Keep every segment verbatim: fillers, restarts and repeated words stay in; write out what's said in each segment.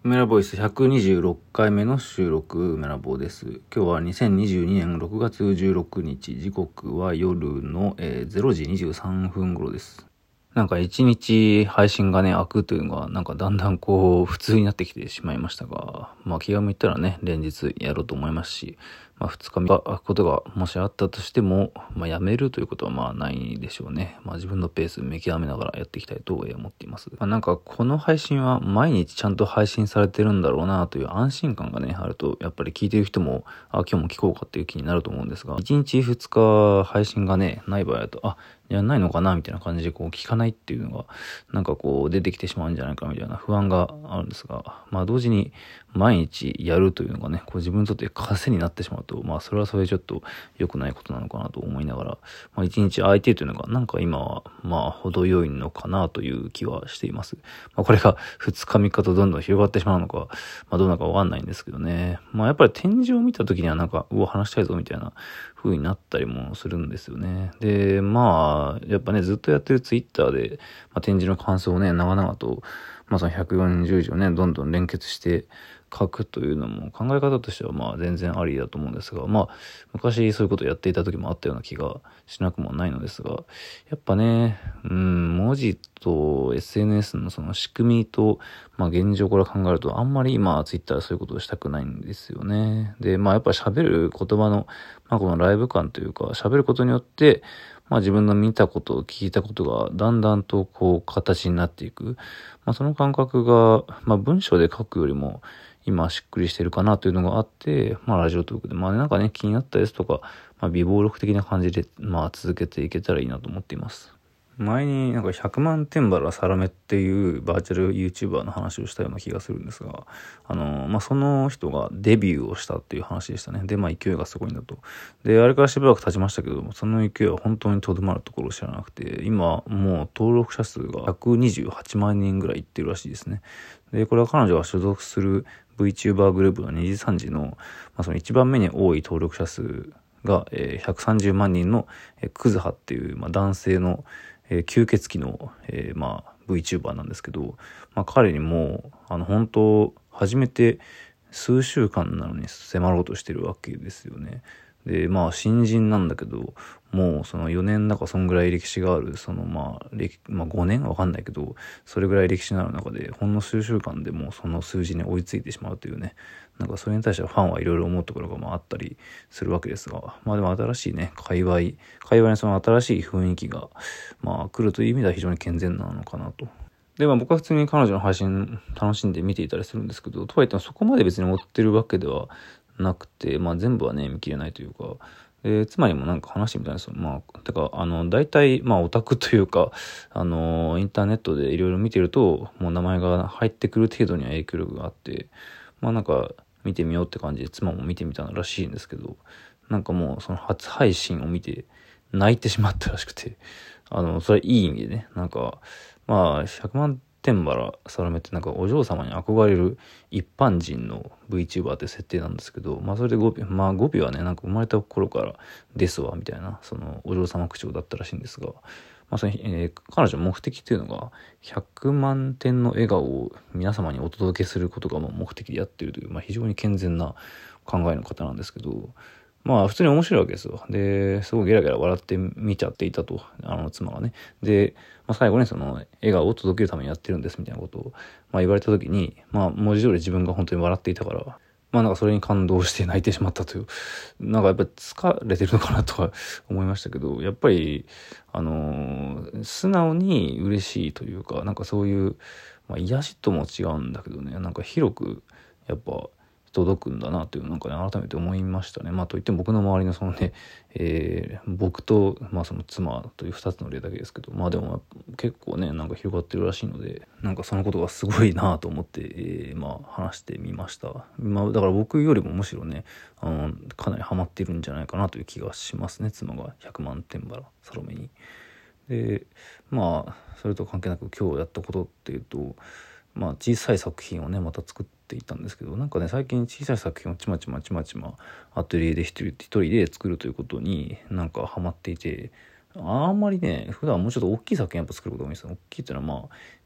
メラボイスひゃくにじゅうろっかいめの収録、メラボです。今日はにせんにじゅうにねんろくがつじゅうろくにち、時刻は夜の、えー、れいじにじゅうさんぷん頃です。なんか一日配信がね、開くというのが、なんかだんだんこう、普通になってきてしまいましたが、まあ気が向いたらね、連日やろうと思いますし、まあ二日目が開くことがもしあったとしても、まあやめるということはまあないでしょうね。まあ自分のペース見極めながらやっていきたいと思っています。まあなんかこの配信は毎日ちゃんと配信されてるんだろうなという安心感がね、あると、やっぱり聞いてる人も、あ、今日も聞こうかっていう気になると思うんですが、いちにちふつか配信がね、ない場合だと、あ、やんないのかなみたいな感じでこう聞かないっていうのがなんかこう出てきてしまうんじゃないかみたいな不安があるんですが、まあ同時に毎日やるというのがね、こう自分にとって枷になってしまうと、まあそれはそれでちょっと良くないことなのかなと思いながら、まあ一日空いてというのがなんか今はまあ程よいのかなという気はしています。まあこれがふつかみっかとどんどん広がってしまうのか、まあどうなのかわかんないんですけどね。まあやっぱり展示を見た時にはなんか、うお話したいぞみたいな風になったりもするんですよね。で、まあやっぱねずっとやってるツイッターで、まあ、展示の感想をね長々と、まあ、そのひゃくよんじゅうじをねどんどん連結して書くというのも考え方としてはまあ全然ありだと思うんですが、まあ昔そういうことをやっていた時もあったような気がしなくもないのですが、やっぱね、うん、文字と エスエヌエス のその仕組みと、まあ現状から考えるとあんまり今ツイッターそういうことをしたくないんですよね。で、まあやっぱ喋る言葉の、まあこのライブ感というか喋ることによって、まあ自分の見たこと、聞いたことがだんだんとこう形になっていく。まあその感覚が、まあ文章で書くよりも今しっくりしてるかなというのがあって、まあラジオトークで、まあなんかね気になったですとか、まあ微暴録的な感じで、まあ続けていけたらいいなと思っています。前になんかひゃくまんテンバラサロメっていうバーチャル YouTuber の話をしたような気がするんですが、あの、まあ、その人がデビューをしたっていう話でしたね。で、まあ、勢いがすごいんだと。で、あれからしばらく経ちましたけど、その勢いは本当にとどまるところを知らなくて、今、もう登録者数がひゃくにじゅうはちまんにんぐらいいってるらしいですね。で、これは彼女が所属する VTuber グループのにじさんじの、まあ、その一番目に多い登録者数が、えー、ひゃくさんじゅうまんにんの、えー、クズハっていう、まあ、男性のえー、吸血鬼の、えー、まあ VTuber なんですけど、まあ彼にもあの本当初めて数週間なのに迫ろうとしてるわけですよね。でまあ新人なんだけど、もうそのよねんだかそんぐらい歴史があるそのまあ歴、まあ、ごねんわかんないけど、それぐらい歴史のある中でほんの数週間でもうその数字に追いついてしまうというね、なんかそれに対してはファンはいろいろ思うところがまああったりするわけですが、まあでも新しいね界隈界隈にその新しい雰囲気がまあ来るという意味では非常に健全なのかなと。でまあ僕は普通に彼女の配信楽しんで見ていたりするんですけど、とはいってもそこまで別に追ってるわけではなくて、まあ全部はね見切れないというか、え妻にもなんか話してみたいんですよ。まあてかあの大体まあオタクというか、あのインターネットでいろいろ見てるともう名前が入ってくる程度には影響力があって、まあなんか見てみようって感じで妻も見てみたらしいんですけど、なんかもうその初配信を見て泣いてしまったらしくて、あのそれはいい意味でね、なんかまあひゃくまんテンバラサロメってなんかお嬢様に憧れる一般人の VTuber って設定なんですけど、まあそれで語尾まあ語尾はねなんか生まれた頃からですわみたいなそのお嬢様口調だったらしいんですが、まあその、えー、彼女の目的っていうのがひゃくまんてんの笑顔を皆様にお届けすることが目的でやってるという、まあ、非常に健全な考えの方なんですけど、まあ普通に面白いわけですよ。で、すごいゲラゲラ笑って見ちゃっていたと、あの妻がね。で、まあ、最後にその笑顔を届けるためにやってるんですみたいなことを、まあ、言われた時に、まあ文字通り自分が本当に笑っていたから、まあなんかそれに感動して泣いてしまったという、なんかやっぱり疲れてるのかなとか思いましたけど、やっぱり、あのー、素直に嬉しいというか、なんかそういう、まあ癒しとも違うんだけどね、なんか広く、やっぱ、届くんだなというなんかね改めて思いましたね。まあといっても僕の周りのそのね、えー、僕とまあその妻というふたつの例だけですけど、まあでも結構ねなんか広がってるらしいので、なんかそのことがすごいなと思って、えー、まあ話してみました。まあだから僕よりもむしろねあのかなりハマってるんじゃないかなという気がしますね、妻がひゃくまんテンバラサロメに。でまあそれと関係なく今日やったことっていうと、まあ小さい作品をねまた作っていたんですけど、なんかね最近小さい作品をちまちまちまちまアトリエで一人一人で作るということになんかハマっていて、あんまりね普段もうちょっと大きい作品やっぱ作ることが多いんですよ。大きいっていうのはまあ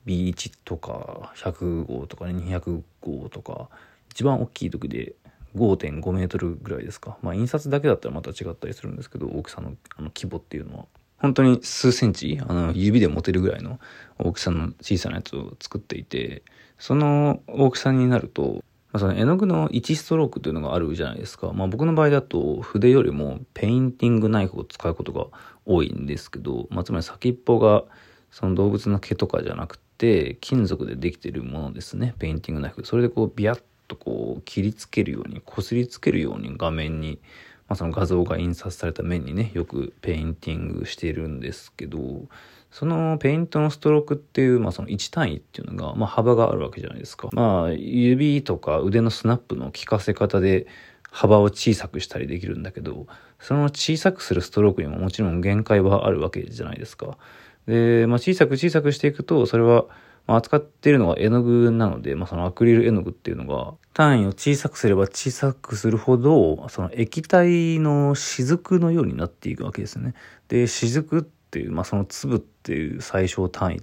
ビーワン とかひゃく号とかにひゃく号とか、一番大きい時で ごてんご メートルぐらいですか。まあ印刷だけだったらまた違ったりするんですけど、大きさのあの規模っていうのは本当に数センチ、あの指で持てるぐらいの大きさの小さなやつを作っていて、その大きさになると、まあ、その絵の具のいちストロークというのがあるじゃないですか。まあ僕の場合だと筆よりもペインティングナイフを使うことが多いんですけど、まあ、つまり先っぽがその動物の毛とかじゃなくて金属でできているものですね。ペインティングナイフ。それでこうビヤッとこう切りつけるように、こすりつけるように画面に、まあ、その画像が印刷された面にね、よくペインティングしているんですけど、そのペイントのストロークっていう、まあ、そのいち単位っていうのが、まあ、幅があるわけじゃないですか。まあ指とか腕のスナップの効かせ方で幅を小さくしたりできるんだけど、その小さくするストロークにももちろん限界はあるわけじゃないですか。で、まあ、小さく小さくしていくと、それはまあ扱っているのが絵の具なので、まあ、そのアクリル絵の具っていうのが単位を小さくすれば小さくするほど、その液体の雫のようになっていくわけですね。で、雫っていう、まあ、その粒っていう最小単位って、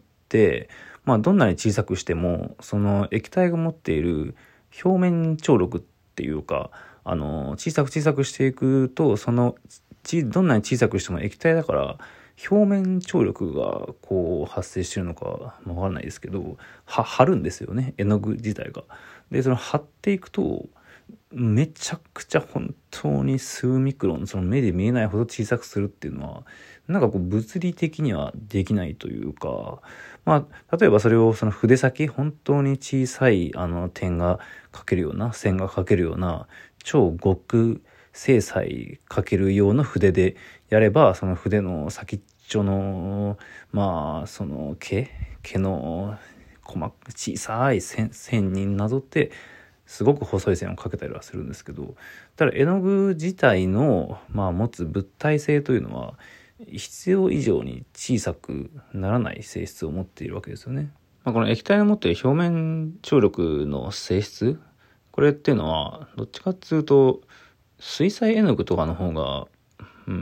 まあ、どんなに小さくしても、その液体が持っている表面張力っていうか、あの、小さく小さくしていくと、その、ちどんなに小さくしても液体だから、表面張力がこう発生してるのかわからないですけど、は張るんですよね、絵の具自体が。でその張っていくとめちゃくちゃ本当に数ミクロン、その目で見えないほど小さくするっていうのはなんかこう物理的にはできないというか、まあ例えばそれをその筆先、本当に小さいあの点が描けるような、線が描けるような超極精細描ける用の筆でやれば、その筆の先っちょのまあその毛毛の細か小さい線線になぞってすごく細い線を描けたりはするんですけど、ただ絵の具自体のまあ持つ物体性というのは必要以上に小さくならない性質を持っているわけですよね。まあ、この液体の持っている表面張力の性質、これっていうのはどっちかっていうと水彩絵の具とかの方が、うん、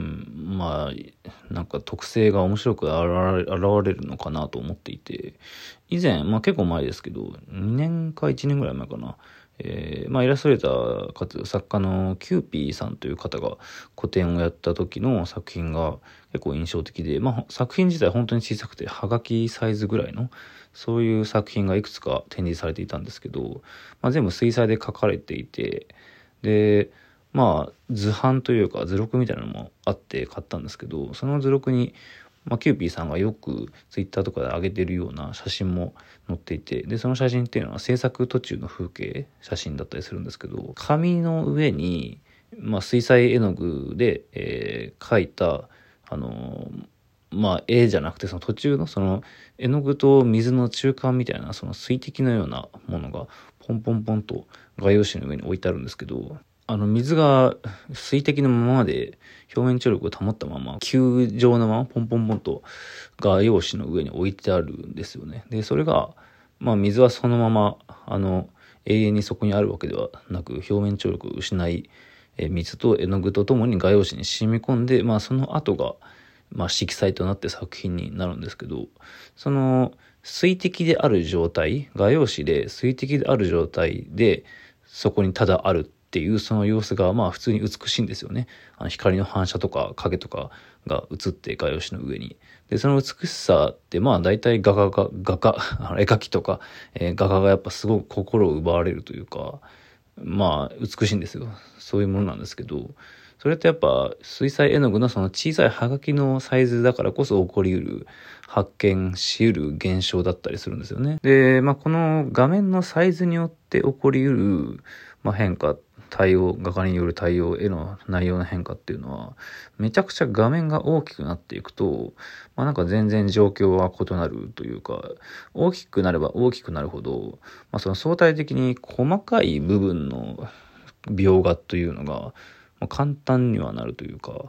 まあなんか特性が面白く現れ、現れるのかなと思っていて、以前、まあ結構前ですけどにねんかいちねんぐらい前かな、えー、まあイラストレーターかつ作家のキューピーさんという方が個展をやった時の作品が結構印象的で、まあ作品自体本当に小さくてはがきサイズぐらいのそういう作品がいくつか展示されていたんですけど、まあ、全部水彩で描かれていて、でまあ図版というか図録みたいなのもあって買ったんですけど、その図録に、まあ、キューピーさんがよくツイッターとかで上げてるような写真も載っていて、でその写真っていうのは制作途中の風景写真だったりするんですけど、紙の上に、まあ、水彩絵の具で、えー、描いたあのーまあ絵じゃなくてその途中のその絵の具と水の中間みたいなその水滴のようなものがポンポンポンと画用紙の上に置いてあるんですけど、あの水が水滴のままで表面張力を保ったまま球状のままポンポンポンと画用紙の上に置いてあるんですよね。でそれがまあ水はそのままあの永遠にそこにあるわけではなく、表面張力を失い、え水と絵の具とともに画用紙に染み込んで、まあその後がまあ色彩となって作品になるんですけど、その水滴である状態、画用紙で水滴である状態でそこにただあるっていうその様子がまあ普通に美しいんですよね。あの光の反射とか影とかが映って画用紙の上に、でその美しさってまあ大体画家が画家絵描きとか、えー、画家がやっぱすごく心を奪われるというか、まあ美しいんですよ。そういうものなんですけど、それってやっぱ水彩絵の具のその小さいはがきのサイズだからこそ起こりうる、発見しうる現象だったりするんですよね。で、まあこの画面のサイズによって起こりうる、まあ、変化、対応、画家による対応への内容の変化っていうのは、めちゃくちゃ画面が大きくなっていくと、まあなんか全然状況は異なるというか、大きくなれば大きくなるほど、まあその相対的に細かい部分の描画というのが、簡単にはなるというか、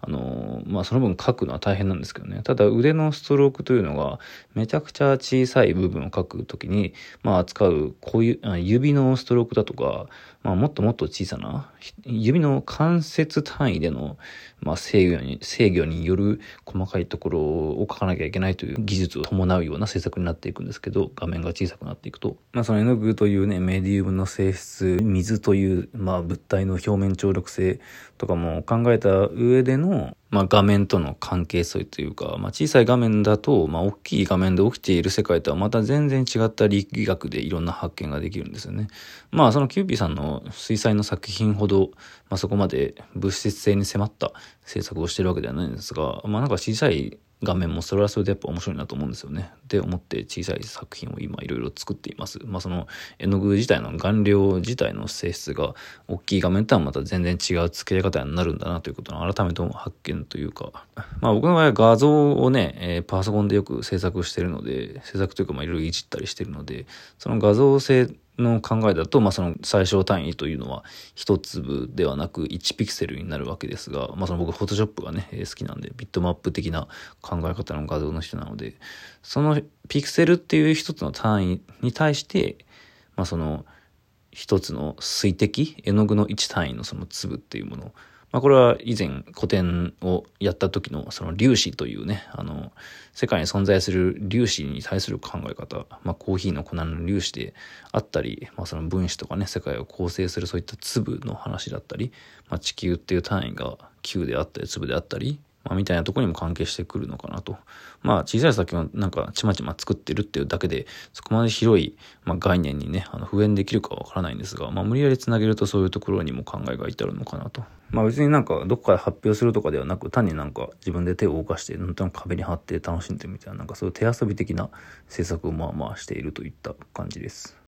あのまあその分書くのは大変なんですけどね。ただ腕のストロークというのがめちゃくちゃ小さい部分を書くときに、まあ扱うこういう指のストロークだとか、まあもっともっと小さな指の関節単位での、まあ、制御に、制御による細かいところを書かなきゃいけないという技術を伴うような制作になっていくんですけど、画面が小さくなっていくと、まあその絵の具というね、メディウムの性質、水という、まあ物体の表面張力性とかも考えた上での、まあ画面との関係性というか、まあ小さい画面だと、まあ大きい画面で起きている世界とはまた全然違った力学でいろんな発見ができるんですよね。まあそのキューピーさんの水彩の作品ほど、まあそこまで物質性に迫った制作をしてるわけではないんですが、まあなんか小さい画面もそれはそれでやっぱ面白いなと思うんですよね。で思って小さい作品を今いろいろ作っています。まあその絵の具自体の顔料自体の性質が大きい画面とはまた全然違う付け方になるんだなということの改めて発見というか、まあ僕の場合は画像をね、えー、パソコンでよく制作してるので、制作というかまあいろいろいじったりしてるので、その画像性の考えだと、まあ、その最小単位というのは一粒ではなくいちピクセルになるわけですが、まあ、その僕フォトショップがね好きなんでビットマップ的な考え方の画像の人なので、そのピクセルっていう一つの単位に対して、まあ、その一つの水滴、絵の具のいち単位のその粒っていうものを、まあ、これは以前個展をやった時のその粒子というね、あの世界に存在する粒子に対する考え方、まあ、コーヒーの粉の粒子であったり、まあ、その分子とかね、世界を構成するそういった粒の話だったり、まあ、地球っていう単位が球であったり粒であったり、まあ、みたいなところにも関係してくるのかなと。まあ小さい作品をなんかちまちま作ってるっていうだけで、そこまで広い、まあ、概念にね、あの普遍できるかわからないんですが、まあ無理やりつなげるとそういうところにも考えが至るのかなと。まあ別になんかどっかで発表するとかではなく、単になんか自分で手を動かして、なんとなく壁に貼って楽しんでみたいな、なんかそういう手遊び的な制作をまあまあしているといった感じです。